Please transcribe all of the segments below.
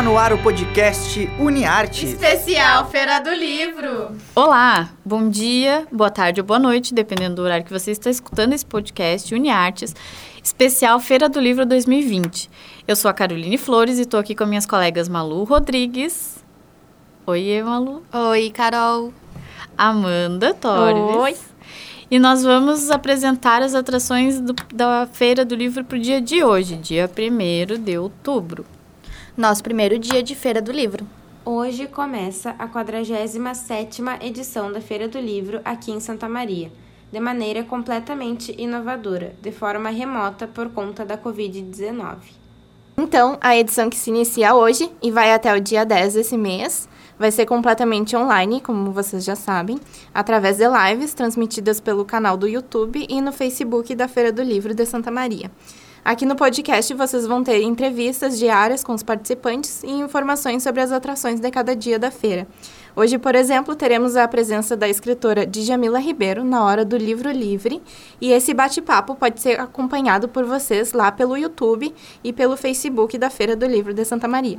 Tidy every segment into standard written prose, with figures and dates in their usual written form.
no ar o podcast UniArtes. Especial Feira do Livro. Olá, bom dia, boa tarde ou boa noite, dependendo do horário que você está escutando esse podcast UniArtes, Especial Feira do Livro 2020. Eu sou a Caroline Flores e estou aqui com minhas colegas Malu Rodrigues. Oi, Malu. Oi, Carol. Amanda Torres. Oi. E nós vamos apresentar as atrações da Feira do Livro para o dia de hoje, dia 1º de outubro. Nosso primeiro dia de Feira do Livro. Hoje começa a 47ª edição da Feira do Livro aqui em Santa Maria, de maneira completamente inovadora, de forma remota por conta da Covid-19. Então, a edição que se inicia hoje e vai até o dia 10 desse mês vai ser completamente online, como vocês já sabem, através de lives transmitidas pelo canal do YouTube e no Facebook da Feira do Livro de Santa Maria. Aqui no podcast vocês vão ter entrevistas diárias com os participantes e informações sobre as atrações de cada dia da feira. Hoje, por exemplo, teremos a presença da escritora Djamila Ribeiro na hora do Livro Livre, e esse bate-papo pode ser acompanhado por vocês lá pelo YouTube e pelo Facebook da Feira do Livro de Santa Maria.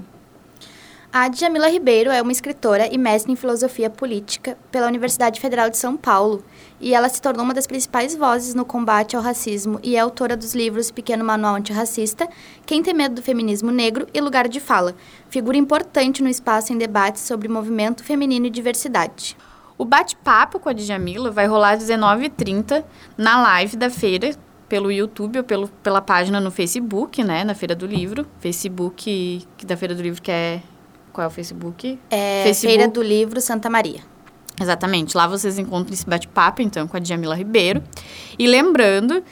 A Djamila Ribeiro é uma escritora e mestre em filosofia política pela Universidade Federal de São Paulo, e ela se tornou uma das principais vozes no combate ao racismo e é autora dos livros Pequeno Manual Antirracista, Quem Tem Medo do Feminismo Negro e Lugar de Fala, figura importante no espaço em debates sobre movimento feminino e diversidade. O bate-papo com a Djamila vai rolar às 19h30 na live da feira, pelo YouTube ou pela página no Facebook, né, na Feira do Livro. Facebook da Feira do Livro, que é... Qual é o Facebook? Facebook. Feira do Livro Santa Maria. Exatamente. Lá vocês encontram esse bate-papo, então, com a Djamila Ribeiro. E lembrando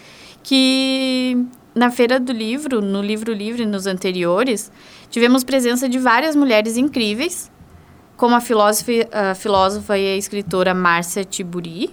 que na Feira do Livro, no Livro Livre, nos anteriores, tivemos presença de várias mulheres incríveis, como a filósofa e a escritora Márcia Tiburi.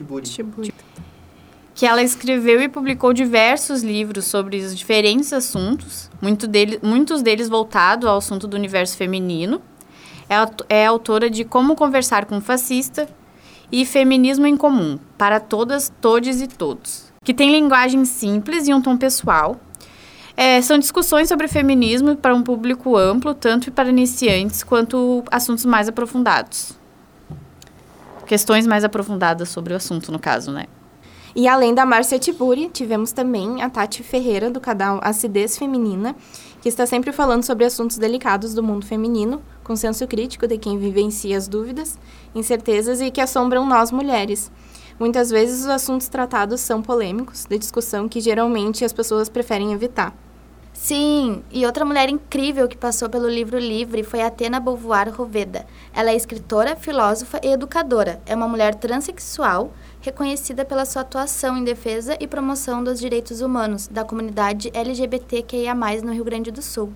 Que ela escreveu e publicou diversos livros sobre os diferentes assuntos, muitos deles voltados ao assunto do universo feminino. É autora de Como Conversar com um Fascista e Feminismo em Comum, para todas, todes e todos, que tem linguagem simples e um tom pessoal. São discussões sobre feminismo para um público amplo, tanto para iniciantes quanto assuntos mais aprofundados. Questões mais aprofundadas sobre o assunto, no caso, né? E além da Márcia Tiburi, tivemos também a Tati Ferreira, do canal Acidez Feminina, que está sempre falando sobre assuntos delicados do mundo feminino, com senso crítico de quem vivencia as dúvidas, incertezas e que assombram nós mulheres. Muitas vezes os assuntos tratados são polêmicos, de discussão que geralmente as pessoas preferem evitar. Sim, e outra mulher incrível que passou pelo Livro Livre foi a Atena Bovoar Roveda. Ela é escritora, filósofa e educadora. É uma mulher transexual, reconhecida pela sua atuação em defesa e promoção dos direitos humanos da comunidade LGBTQIA+, no Rio Grande do Sul.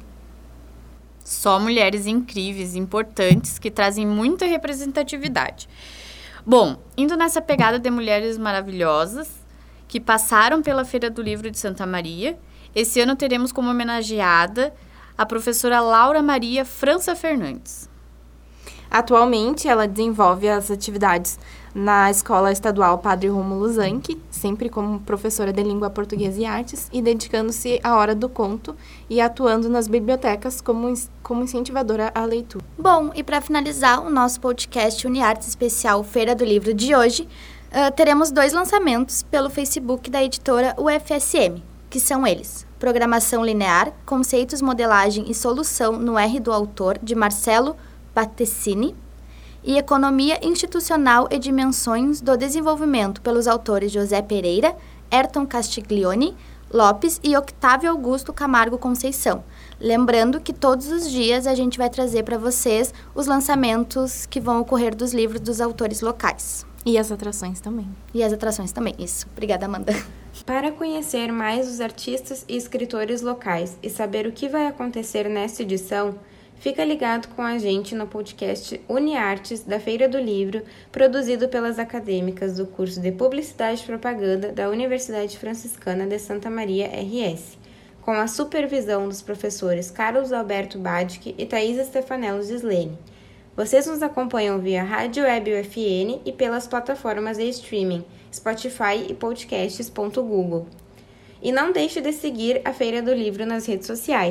Só mulheres incríveis, importantes, que trazem muita representatividade. Bom, indo nessa pegada de mulheres maravilhosas que passaram pela Feira do Livro de Santa Maria, esse ano teremos como homenageada a professora Laura Maria França Fernandes. Atualmente, ela desenvolve as atividades na Escola Estadual Padre Rômulo Zanchi, sempre como professora de Língua Portuguesa e Artes, e dedicando-se à Hora do Conto e atuando nas bibliotecas como incentivadora à leitura. Bom, e para finalizar o nosso podcast UniArtes Especial Feira do Livro de hoje, teremos 2 lançamentos pelo Facebook da editora UFSM, que são eles: Programação Linear, Conceitos, Modelagem e Solução no R do Autor, de Marcelo Battesini, e Economia Institucional e Dimensões do Desenvolvimento, pelos autores José Pereira, Ayrton Castiglione Lopes e Octávio Augusto Camargo Conceição. Lembrando que todos os dias a gente vai trazer para vocês os lançamentos que vão ocorrer dos livros dos autores locais. E as atrações também. Isso. Obrigada, Amanda. Para conhecer mais os artistas e escritores locais e saber o que vai acontecer nesta edição, fica ligado com a gente no podcast UniArtes da Feira do Livro, produzido pelas acadêmicas do curso de Publicidade e Propaganda da Universidade Franciscana de Santa Maria, RS, com a supervisão dos professores Carlos Alberto Badic e Thaisa Stefanello Gislene. Vocês nos acompanham via Rádio Web UFN e pelas plataformas de streaming Spotify e podcasts.google. E não deixe de seguir a Feira do Livro nas redes sociais.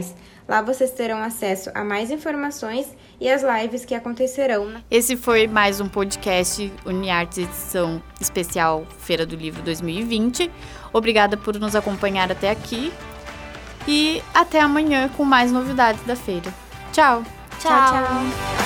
Lá vocês terão acesso a mais informações e as lives que acontecerão. Esse foi mais um podcast UniArtes edição especial Feira do Livro 2020. Obrigada por nos acompanhar até aqui e até amanhã com mais novidades da feira. Tchau! Tchau!